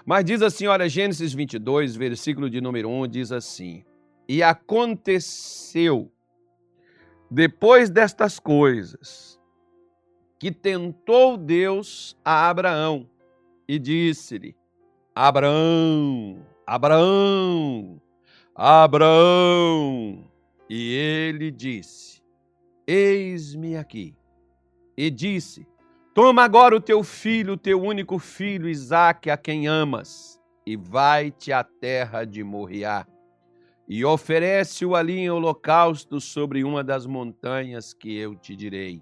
Mas diz assim, olha, Gênesis 22, versículo de número 1, diz assim: E aconteceu, depois destas coisas, que tentou Deus a Abraão e disse-lhe: Abraão, Abraão, Abraão. E ele disse: Eis-me aqui. E disse: Toma agora o teu filho, o teu único filho, Isaque, a quem amas, e vai-te à terra de Moriá, e oferece-o ali em holocausto sobre uma das montanhas que eu te direi.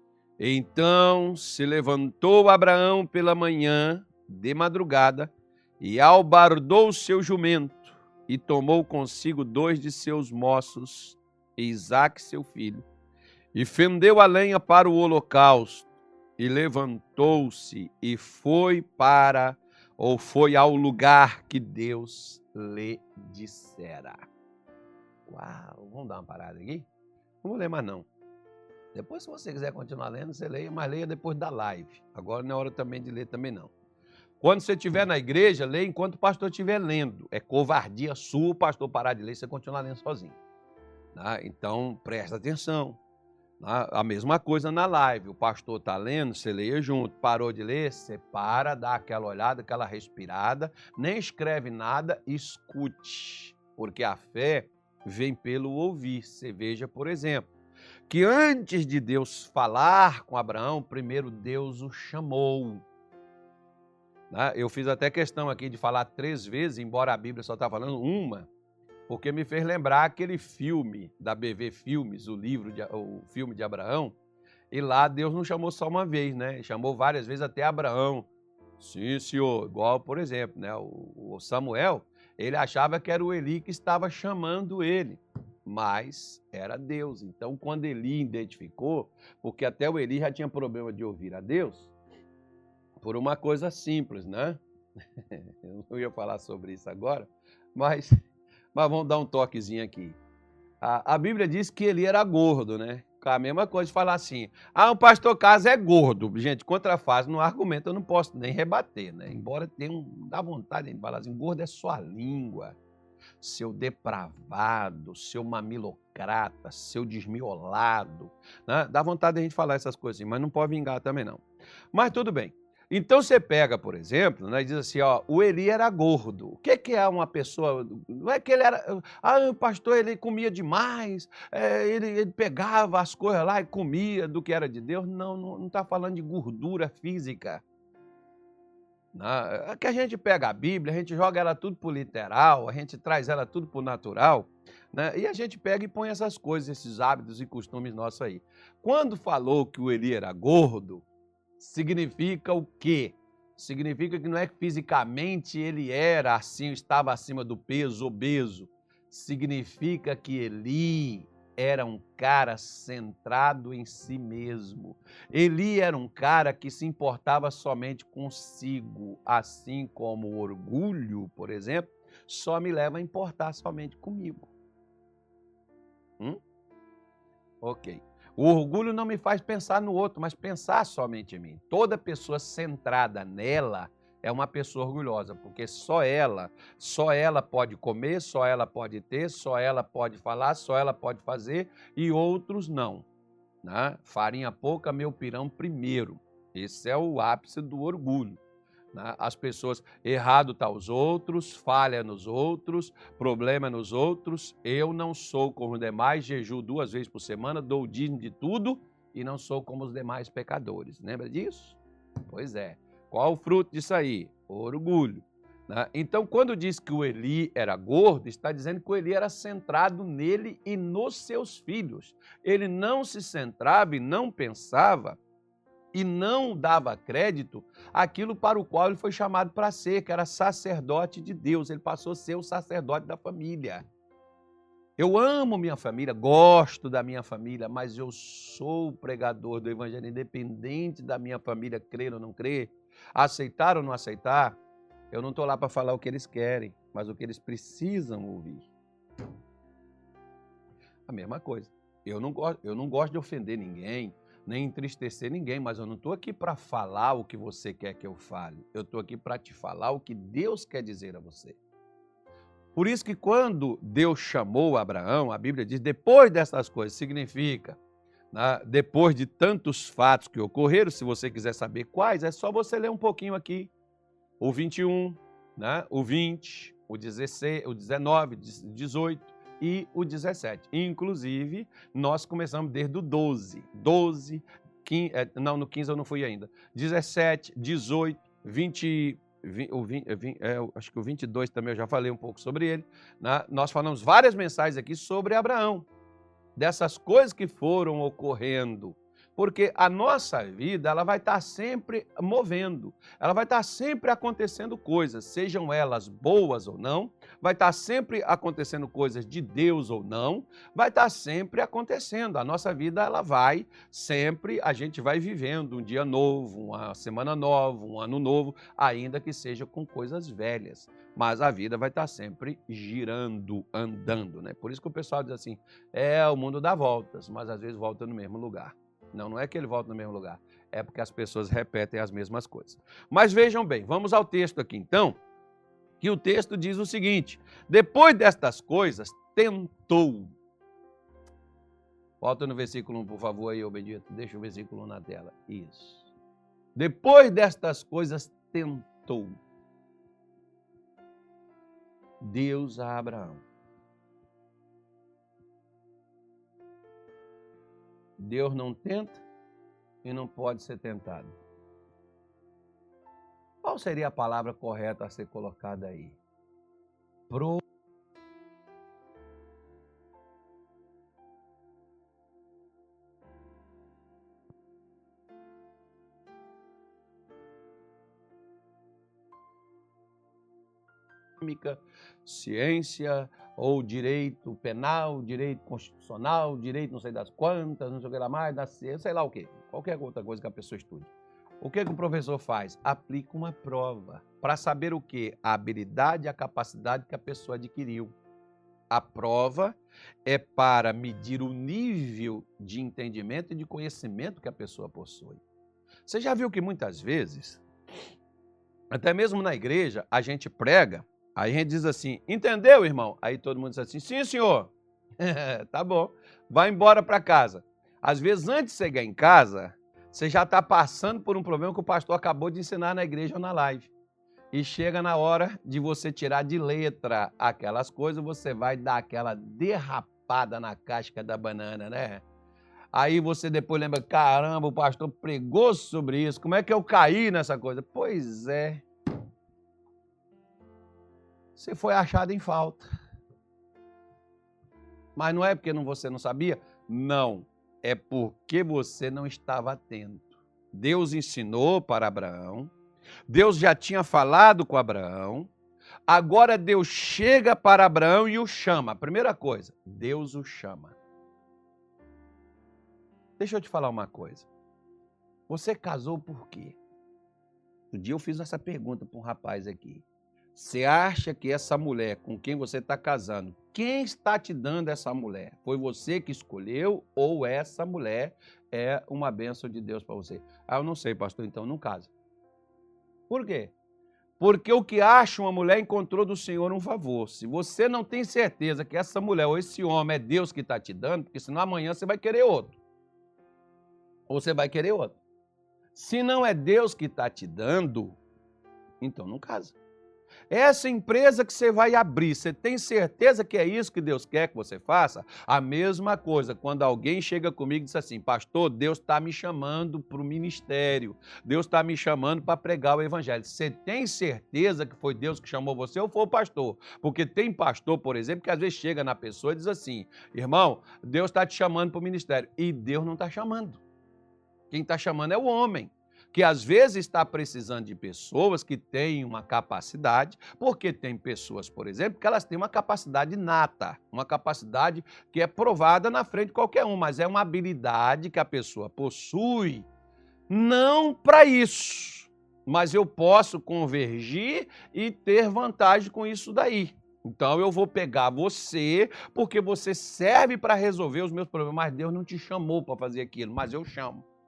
Então se levantou Abraão pela manhã, de madrugada, e albardou o seu jumento, e tomou consigo 2 de seus moços, Isaque seu filho, e fendeu a lenha para o holocausto, e levantou-se e foi ao lugar que Deus lhe dissera. Uau, vamos dar uma parada aqui? Não vou ler mais não. Depois, se você quiser continuar lendo, você leia, mas leia depois da live. Agora não é hora também de ler também não. Quando você estiver na igreja, leia enquanto o pastor estiver lendo. É covardia sua o pastor parar de ler e você continuar lendo sozinho. Tá? Então, presta atenção. A mesma coisa na live, o pastor está lendo, você leia junto, parou de ler, você para, dá aquela olhada, aquela respirada, nem escreve nada, escute, porque a fé vem pelo ouvir. Você veja, por exemplo, que antes de Deus falar com Abraão, primeiro Deus o chamou. Eu fiz até questão aqui de falar 3 vezes, embora a Bíblia só está falando uma, porque me fez lembrar aquele filme da BV Filmes, o filme de Abraão, e lá Deus não chamou só uma vez, né? Chamou várias vezes até Abraão. Sim, senhor. Igual, por exemplo, né? O Samuel, ele achava que era o Eli que estava chamando ele, mas era Deus. Então, quando Eli identificou, porque até o Eli já tinha problema de ouvir a Deus, por uma coisa simples, né? Eu não ia falar sobre isso agora, mas vamos dar um toquezinho aqui. A Bíblia diz que ele era gordo, né? A mesma coisa de falar assim, o pastor Carlos é gordo. Gente, contrafase no argumento eu não posso nem rebater, né? Embora dá vontade de falar assim, gordo é sua língua, seu depravado, seu mamilocrata, seu desmiolado, né? Dá vontade de a gente falar essas coisas assim, mas não pode vingar também não. Mas tudo bem. Então você pega, por exemplo, né, e diz assim, o Eli era gordo. O que é uma pessoa? Não é que ele era... o pastor, ele comia demais, ele pegava as coisas lá e comia do que era de Deus. Não está falando de gordura física. É que a gente pega a Bíblia, a gente joga ela tudo pro literal, a gente traz ela tudo pro natural, né? E a gente pega e põe essas coisas, esses hábitos e costumes nossos aí. Quando falou que o Eli era gordo, significa o quê? Significa que não é que fisicamente ele era assim, estava acima do peso, obeso. Significa que Eli era um cara centrado em si mesmo. Eli era um cara que se importava somente consigo, assim como o orgulho, por exemplo, só me leva a importar somente comigo. Ok. O orgulho não me faz pensar no outro, mas pensar somente em mim. Toda pessoa centrada nela é uma pessoa orgulhosa, porque só ela pode comer, só ela pode ter, só ela pode falar, só ela pode fazer e outros não. Né? Farinha pouca, meu pirão primeiro. Esse é o ápice do orgulho. As pessoas, errado tá os outros, falha nos outros, problema nos outros, eu não sou como os demais, jejuo 2 vezes por semana, dou o dízimo de tudo e não sou como os demais pecadores. Lembra disso? Pois é. Qual o fruto disso aí? Orgulho. Então, quando diz que o Eli era gordo, está dizendo que o Eli era centrado nele e nos seus filhos. Ele não se centrava e não pensava e não dava crédito àquilo para o qual ele foi chamado para ser, que era sacerdote de Deus. Ele passou a ser o sacerdote da família. Eu amo minha família, gosto da minha família, mas eu sou o pregador do evangelho, independente da minha família crer ou não crer, aceitar ou não aceitar. Eu não estou lá para falar o que eles querem, mas o que eles precisam ouvir. A mesma coisa. Eu não gosto de ofender ninguém, nem entristecer ninguém, mas eu não estou aqui para falar o que você quer que eu fale. Eu estou aqui para te falar o que Deus quer dizer a você. Por isso que quando Deus chamou Abraão, a Bíblia diz, depois dessas coisas, significa, né, depois de tantos fatos que ocorreram, se você quiser saber quais, é só você ler um pouquinho aqui. O 21, né, o 20, o 16, o 19, o 18 e o 17. Inclusive, nós começamos desde o 12, 15, não, no 15 eu não fui ainda, 17, 18, 20, acho que o 22 também eu já falei um pouco sobre ele, né? Nós falamos várias mensagens aqui sobre Abraão, dessas coisas que foram ocorrendo, porque a nossa vida ela vai estar sempre movendo, ela vai estar sempre acontecendo coisas, sejam elas boas ou não, vai estar sempre acontecendo coisas de Deus ou não, vai estar sempre acontecendo. A nossa vida ela vai sempre, a gente vai vivendo um dia novo, uma semana nova, um ano novo, ainda que seja com coisas velhas. Mas a vida vai estar sempre girando, andando, né? Por isso que o pessoal diz assim, o mundo dá voltas, mas às vezes volta no mesmo lugar. Não, não é que ele volta no mesmo lugar, é porque as pessoas repetem as mesmas coisas. Mas vejam bem, vamos ao texto aqui então, que o texto diz o seguinte, depois destas coisas, tentou. Volta no versículo 1, por favor, aí, ô Benedito, deixa o versículo 1 na tela. Isso. Depois destas coisas, tentou Deus a Abraão. Deus não tenta e não pode ser tentado. Qual seria a palavra correta a ser colocada aí? Ciência ou direito penal, direito constitucional, direito não sei das quantas, não sei o que lá mais, da ciência, sei lá o quê. Qualquer outra coisa que a pessoa estude. O que o professor faz? Aplica uma prova para saber o quê? A habilidade e a capacidade que a pessoa adquiriu. A prova é para medir o nível de entendimento e de conhecimento que a pessoa possui. Você já viu que muitas vezes, até mesmo na igreja, a gente prega, aí a gente diz assim, entendeu, irmão? Aí todo mundo diz assim, sim, senhor. Tá bom, vai embora para casa. Às vezes, antes de chegar em casa, você já está passando por um problema que o pastor acabou de ensinar na igreja ou na live. E chega na hora de você tirar de letra aquelas coisas, você vai dar aquela derrapada na casca da banana, né? Aí você depois lembra, caramba, o pastor pregou sobre isso, como é que eu caí nessa coisa? Pois é. Você foi achado em falta. Mas não é porque você não sabia? Não, é porque você não estava atento. Deus ensinou para Abraão, Deus já tinha falado com Abraão, agora Deus chega para Abraão e o chama. Primeira coisa, Deus o chama. Deixa eu te falar uma coisa. Você casou por quê? Um dia eu fiz essa pergunta para um rapaz aqui. Você acha que essa mulher com quem você está casando, quem está te dando essa mulher? Foi você que escolheu ou essa mulher é uma bênção de Deus para você? Ah, eu não sei, pastor, então não casa. Por quê? Porque o que acha uma mulher encontrou do Senhor um favor. Se você não tem certeza que essa mulher ou esse homem é Deus que está te dando, porque senão amanhã você vai querer outro. Ou você vai querer outro. Se não é Deus que está te dando, então não casa. Essa empresa que você vai abrir, você tem certeza que é isso que Deus quer que você faça? A mesma coisa, quando alguém chega comigo e diz assim, pastor, Deus está me chamando para o ministério, Deus está me chamando para pregar o evangelho. Você tem certeza que foi Deus que chamou você ou foi o pastor? Porque tem pastor, por exemplo, que às vezes chega na pessoa e diz assim, irmão, Deus está te chamando para o ministério. E Deus não está chamando. Quem está chamando é o homem, que às vezes está precisando de pessoas que têm uma capacidade, porque tem pessoas, por exemplo, que elas têm uma capacidade nata, uma capacidade que é provada na frente de qualquer um, mas é uma habilidade que a pessoa possui, não para isso, mas eu posso convergir e ter vantagem com isso daí. Então eu vou pegar você, porque você serve para resolver os meus problemas, mas Deus não te chamou para fazer aquilo, mas eu chamo.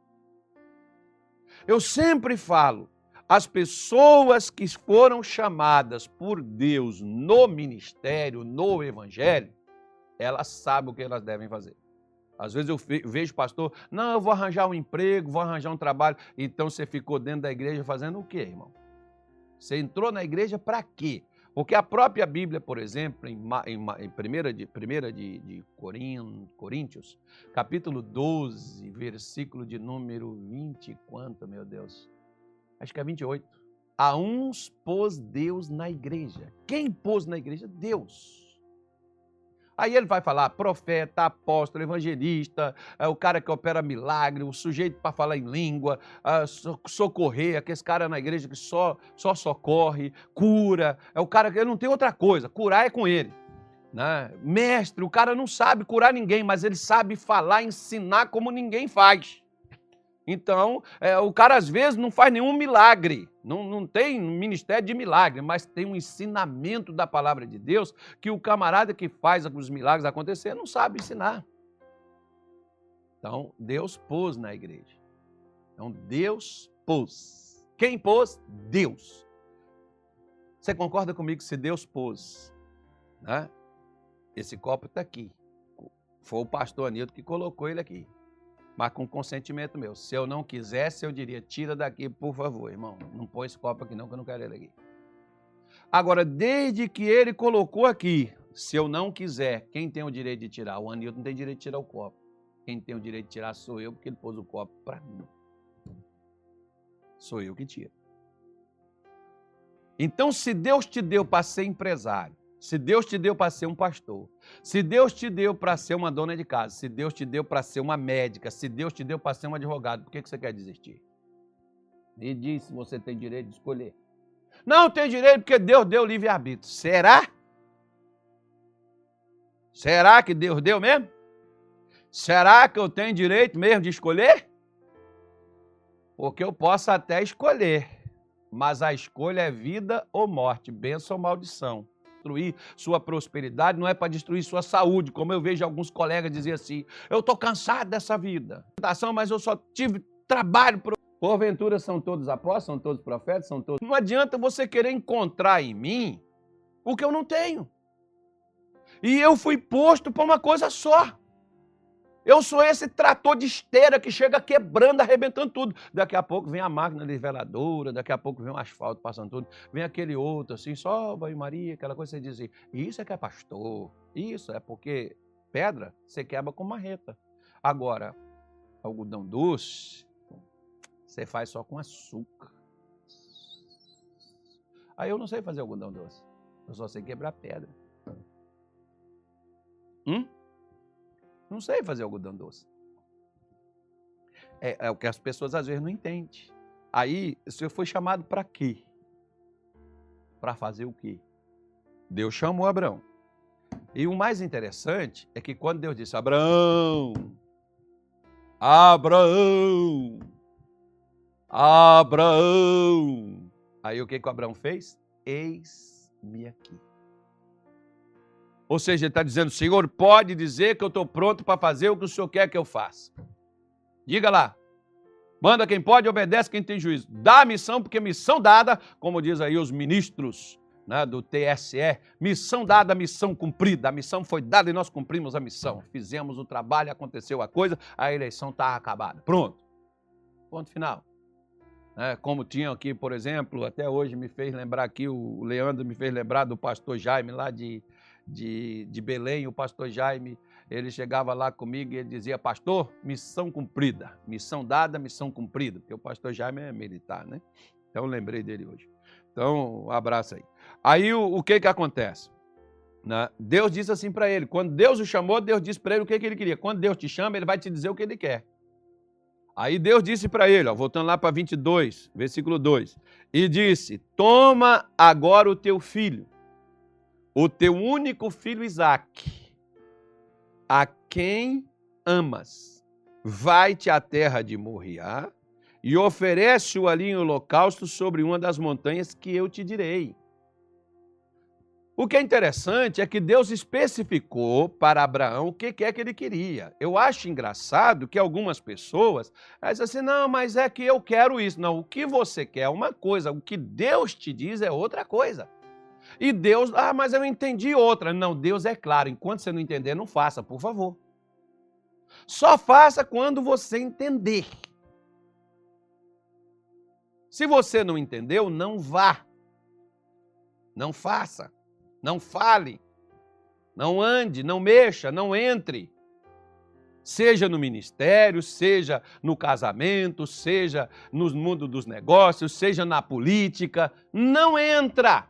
Eu sempre falo, as pessoas que foram chamadas por Deus no ministério, no evangelho, elas sabem o que elas devem fazer. Às vezes eu vejo pastor, não, eu vou arranjar um emprego, vou arranjar um trabalho. Então você ficou dentro da igreja fazendo o quê, irmão? Você entrou na igreja para quê? Porque a própria Bíblia, por exemplo, em 1 de Coríntios, capítulo 12, versículo de número 20, quanto, meu Deus? Acho que é 28. A uns pôs Deus na igreja. Quem pôs na igreja? Deus. Aí ele vai falar profeta, apóstolo, evangelista, o cara que opera milagre, o sujeito para falar em língua, socorrer, aquele cara na igreja que só socorre, cura. É o cara que ele não tem outra coisa, curar é com ele. Né? Mestre, o cara não sabe curar ninguém, mas ele sabe falar, ensinar como ninguém faz. Então, o cara às vezes não faz nenhum milagre, não tem ministério de milagre, mas tem um ensinamento da palavra de Deus que o camarada que faz os milagres acontecer não sabe ensinar. Então, Deus pôs na igreja. Então, Deus pôs. Quem pôs? Deus. Você concorda comigo que se Deus pôs, né? Esse copo está aqui. Foi o pastor Anilton que colocou ele aqui. Mas com consentimento meu. Se eu não quisesse, eu diria, tira daqui, por favor, irmão. Não põe esse copo aqui não, que eu não quero ele aqui. Agora, desde que ele colocou aqui, se eu não quiser, quem tem o direito de tirar? O Anilton não tem direito de tirar o copo. Quem tem o direito de tirar sou eu, porque ele pôs o copo para mim. Sou eu que tiro. Então, se Deus te deu para ser empresário, se Deus te deu para ser um pastor, se Deus te deu para ser uma dona de casa, se Deus te deu para ser uma médica, se Deus te deu para ser um advogado, por que você quer desistir? Me diz se você tem direito de escolher. Não tem direito porque Deus deu livre-arbítrio. Será? Será que Deus deu mesmo? Será que eu tenho direito mesmo de escolher? Porque eu posso até escolher, mas a escolha é vida ou morte, bênção ou maldição. Destruir sua prosperidade não é para destruir sua saúde, como eu vejo alguns colegas dizer assim, eu estou cansado dessa vida, mas eu só tive trabalho. Porventura são todos apóstolos, são todos profetas, são todos... Não adianta você querer encontrar em mim o que eu não tenho. E eu fui posto para uma coisa só. Eu sou esse trator de esteira que chega quebrando, arrebentando tudo. Daqui a pouco vem a máquina niveladora, daqui a pouco vem um asfalto passando tudo, vem aquele outro assim, só banho-maria, aquela coisa que você diz assim, isso é que é pastor, isso é porque pedra você quebra com marreta. Agora, algodão doce, você faz só com açúcar. Aí eu não sei fazer algodão doce, eu só sei quebrar pedra. Não sei fazer algodão doce. É o que as pessoas às vezes não entendem. Aí, o senhor foi chamado para quê? Para fazer o quê? Deus chamou Abraão. E o mais interessante é que quando Deus disse, Abraão, Abraão, Abraão. Aí o que o Abraão fez? Eis-me aqui. Ou seja, ele está dizendo, o Senhor pode dizer que eu estou pronto para fazer o que o Senhor quer que eu faça. Diga lá. Manda quem pode, obedece quem tem juízo. Dá a missão, porque missão dada, como diz aí os ministros, né, do TSE, missão dada, missão cumprida. A missão foi dada e nós cumprimos a missão. Fizemos o trabalho, aconteceu a coisa, a eleição está acabada. Pronto. Ponto final. Como tinha aqui, por exemplo, até hoje me fez lembrar aqui, o Leandro me fez lembrar do pastor Jaime lá de Belém. O pastor Jaime, ele chegava lá comigo e ele dizia, pastor, missão cumprida, missão dada, missão cumprida, porque o pastor Jaime é militar, né? Então eu lembrei dele hoje. Então, um abraço aí. Aí o que acontece? Deus disse assim para ele, quando Deus o chamou, Deus disse para ele o que ele queria. Quando Deus te chama, ele vai te dizer o que ele quer. Aí Deus disse para ele, voltando lá para 22, versículo 2, e disse, toma agora o teu filho, o teu único filho Isaque, a quem amas, vai-te à terra de Moriá e oferece-o ali em holocausto sobre uma das montanhas que eu te direi. O que é interessante é que Deus especificou para Abraão o que é que ele queria. Eu acho engraçado que algumas pessoas dizem assim, não, mas é que eu quero isso. Não, o que você quer é uma coisa, o que Deus te diz é outra coisa. E Deus, mas eu entendi outra. Não, Deus é claro, enquanto você não entender, não faça, por favor. Só faça quando você entender. Se você não entendeu, não vá. Não faça. Não fale, não ande, não mexa, não entre. Seja no ministério, seja no casamento, seja no mundo dos negócios, seja na política, não entra.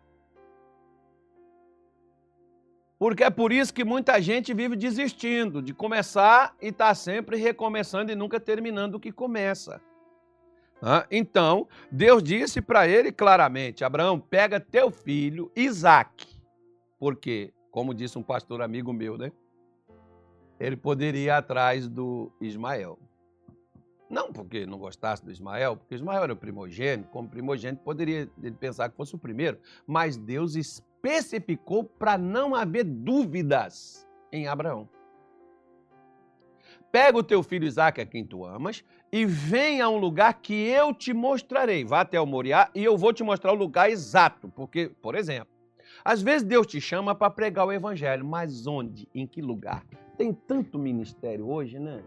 Porque é por isso que muita gente vive desistindo de começar e está sempre recomeçando e nunca terminando o que começa. Então, Deus disse para ele claramente, Abraão, pega teu filho Isaque. Porque, como disse um pastor amigo meu, né? Ele poderia ir atrás do Ismael. Não porque não gostasse do Ismael, porque Ismael era o primogênito, como primogênito poderia ele pensar que fosse o primeiro, mas Deus especificou para não haver dúvidas em Abraão. Pega o teu filho Isaque, a quem tu amas, e vem a um lugar que eu te mostrarei. Vá até o Moriá e eu vou te mostrar o lugar exato, porque, por exemplo, às vezes Deus te chama para pregar o evangelho, mas onde? Em que lugar? Tem tanto ministério hoje, né?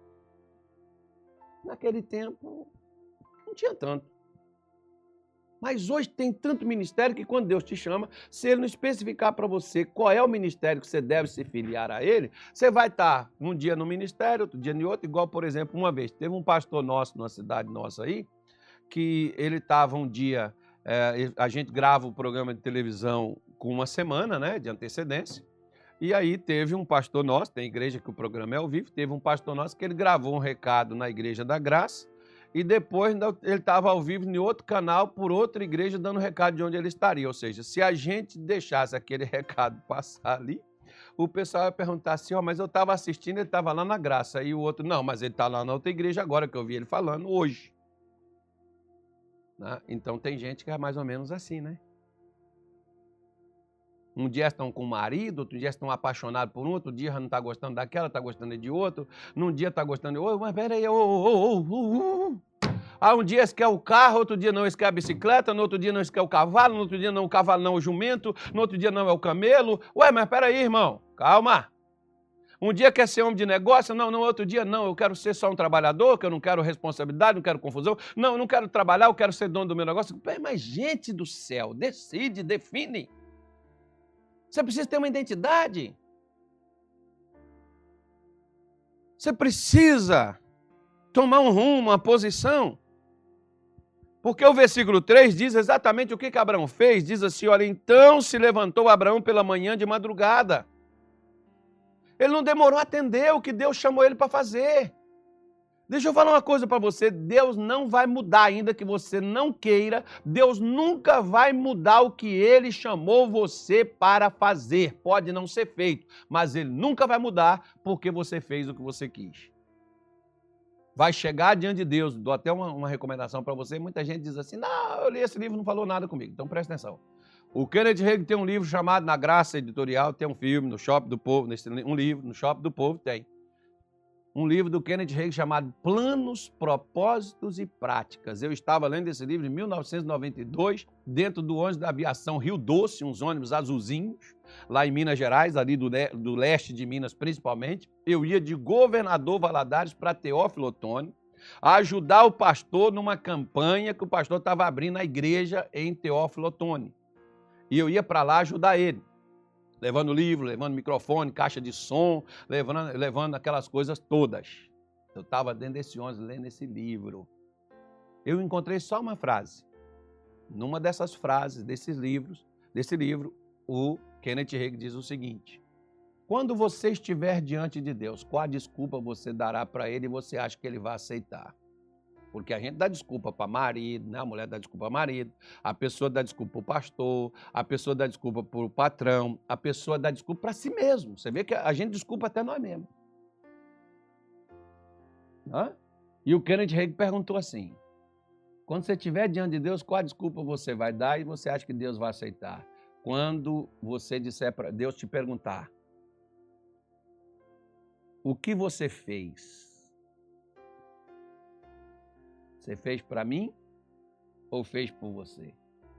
Naquele tempo não tinha tanto. Mas hoje tem tanto ministério que quando Deus te chama, se Ele não especificar para você qual é o ministério que você deve se filiar a Ele, você vai estar um dia no ministério, outro dia em outro, igual, por exemplo, uma vez, teve um pastor nosso, numa cidade nossa aí, que ele estava um dia... a gente grava o programa de televisão com uma semana, né, de antecedência. E aí teve um pastor nosso, tem igreja que o programa é ao vivo, teve um pastor nosso que ele gravou um recado na Igreja da Graça e depois ele estava ao vivo em outro canal por outra igreja dando recado de onde ele estaria. Ou seja, se a gente deixasse aquele recado passar ali, o pessoal ia perguntar assim, mas eu estava assistindo, ele estava lá na Graça. E o outro, não, mas ele está lá na outra igreja agora, que eu vi ele falando hoje. Então tem gente que é mais ou menos assim, né? Um dia estão com o marido, outro dia estão apaixonados por um, outro dia não está gostando daquela, está gostando de outro, num dia está gostando de outro, mas peraí, um dia esse quer o carro, outro dia não esse quer a bicicleta, no outro dia não esse quer o cavalo, no outro dia não o cavalo não o jumento, no outro dia não é o camelo. Mas peraí, irmão, calma. Um dia quer ser homem de negócio, não, outro dia não, eu quero ser só um trabalhador, que eu não quero responsabilidade, não quero confusão, não, eu não quero trabalhar, eu quero ser dono do meu negócio. Mas gente do céu, decide, define. Você precisa ter uma identidade. Você precisa tomar um rumo, uma posição. Porque o versículo 3 diz exatamente o que Abraão fez. Diz assim, olha, então se levantou Abraão pela manhã de madrugada. Ele não demorou a atender o que Deus chamou ele para fazer. Deixa eu falar uma coisa para você, Deus não vai mudar ainda que você não queira, Deus nunca vai mudar o que Ele chamou você para fazer. Pode não ser feito, mas Ele nunca vai mudar porque você fez o que você quis. Vai chegar diante de Deus, dou até uma recomendação para você, muita gente diz assim, não, eu li esse livro, não falou nada comigo, então presta atenção. O Kenneth Hagin tem um livro chamado Na Graça Editorial, tem um filme no Shopping do Povo, um livro no Shopping do Povo, tem. Um livro do Kenneth Hagin chamado Planos, Propósitos e Práticas. Eu estava lendo esse livro em 1992, dentro do ônibus da aviação Rio Doce, uns ônibus azulzinhos, lá em Minas Gerais, ali do leste de Minas principalmente. Eu ia de Governador Valadares para Teófilo Otoni, a ajudar o pastor numa campanha que o pastor estava abrindo na igreja em Teófilo Otoni. E eu ia para lá ajudar ele. Levando livro, levando microfone, caixa de som, levando aquelas coisas todas. Eu estava dentro desse ônibus, lendo esse livro. Eu encontrei só uma frase. Numa dessas frases, desse livro, o Kenneth Hagin diz o seguinte, quando você estiver diante de Deus, qual desculpa você dará para Ele e você acha que Ele vai aceitar? Porque a gente dá desculpa para marido, né? A mulher dá desculpa para marido, a pessoa dá desculpa para o pastor, a pessoa dá desculpa para o patrão, a pessoa dá desculpa para si mesmo. Você vê que a gente desculpa até nós mesmos. E o Kenneth Hagin perguntou assim, quando você estiver diante de Deus, qual desculpa você vai dar e você acha que Deus vai aceitar? quando você disser para Deus te perguntar, o que você fez? Você fez para mim ou fez por você?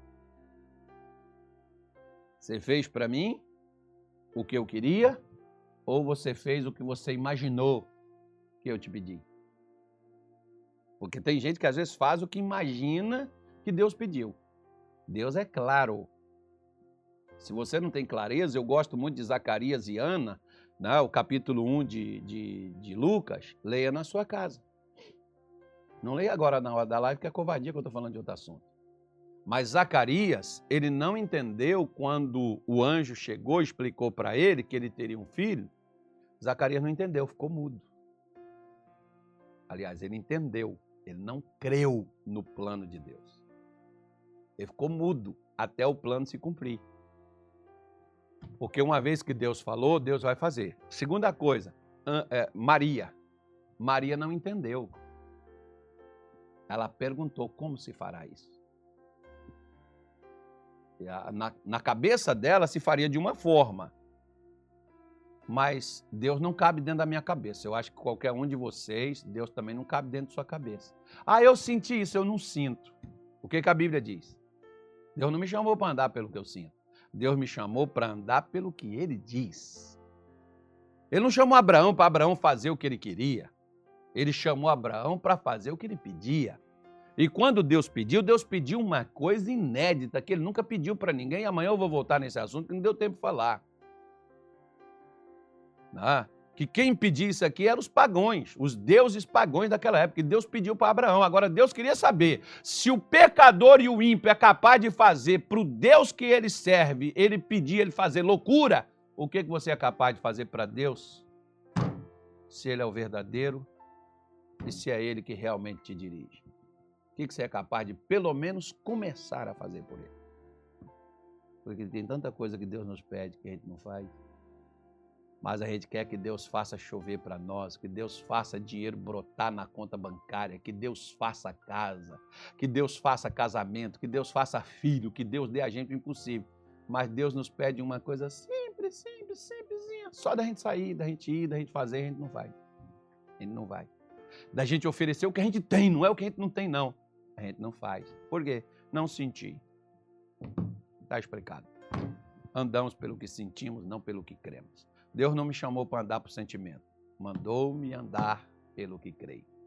Você fez para mim o que eu queria ou você fez o que você imaginou que eu te pedi? Porque tem gente que às vezes faz o que imagina que Deus pediu. Deus é claro. Se você não tem clareza, eu gosto muito de Zacarias e Ana, né, o capítulo 1 de Lucas, leia na sua casa. Não leia agora na hora da live, porque é covardia que eu estou falando de outro assunto. Mas Zacarias, ele não entendeu quando o anjo chegou e explicou para ele que ele teria um filho. Zacarias não entendeu, ficou mudo. Aliás, ele entendeu, ele não creu no plano de Deus. Ele ficou mudo até o plano se cumprir. Porque uma vez que Deus falou, Deus vai fazer. Segunda coisa, Maria. Maria não entendeu. Ela perguntou como se fará isso. Na cabeça dela se faria de uma forma. Mas Deus não cabe dentro da minha cabeça. Eu acho que qualquer um de vocês, Deus também não cabe dentro da sua cabeça. Ah, eu senti isso, eu não sinto. O que a Bíblia diz? Deus não me chamou para andar pelo que eu sinto. Deus me chamou para andar pelo que Ele diz. Ele não chamou Abraão para Abraão fazer o que ele queria. Ele chamou Abraão para fazer o que ele pedia. E quando Deus pediu uma coisa inédita, que ele nunca pediu para ninguém. Amanhã eu vou voltar nesse assunto, que não deu tempo de falar. Que quem pedia isso aqui eram os pagãos, os deuses pagãos daquela época. E Deus pediu para Abraão. Agora, Deus queria saber se o pecador e o ímpio é capaz de fazer para o Deus que ele serve, ele pedir, ele fazer loucura. O que você é capaz de fazer para Deus? Se Ele é o verdadeiro e se é Ele que realmente te dirige. O que você é capaz de, pelo menos, começar a fazer por Ele? Porque tem tanta coisa que Deus nos pede que a gente não faz. Mas a gente quer que Deus faça chover para nós, que Deus faça dinheiro brotar na conta bancária, que Deus faça casa, que Deus faça casamento, que Deus faça filho, que Deus dê a gente o impossível. Mas Deus nos pede uma coisa simples, simplesinha. Só da gente sair, da gente ir, da gente fazer, a gente não vai. A gente não vai. Da gente oferecer o que a gente tem, não é o que a gente não tem, não. A gente não faz. Por quê? Não sentir. Está explicado. Andamos pelo que sentimos, não pelo que cremos. Deus não me chamou para andar por sentimento. Mandou-me andar pelo que creio.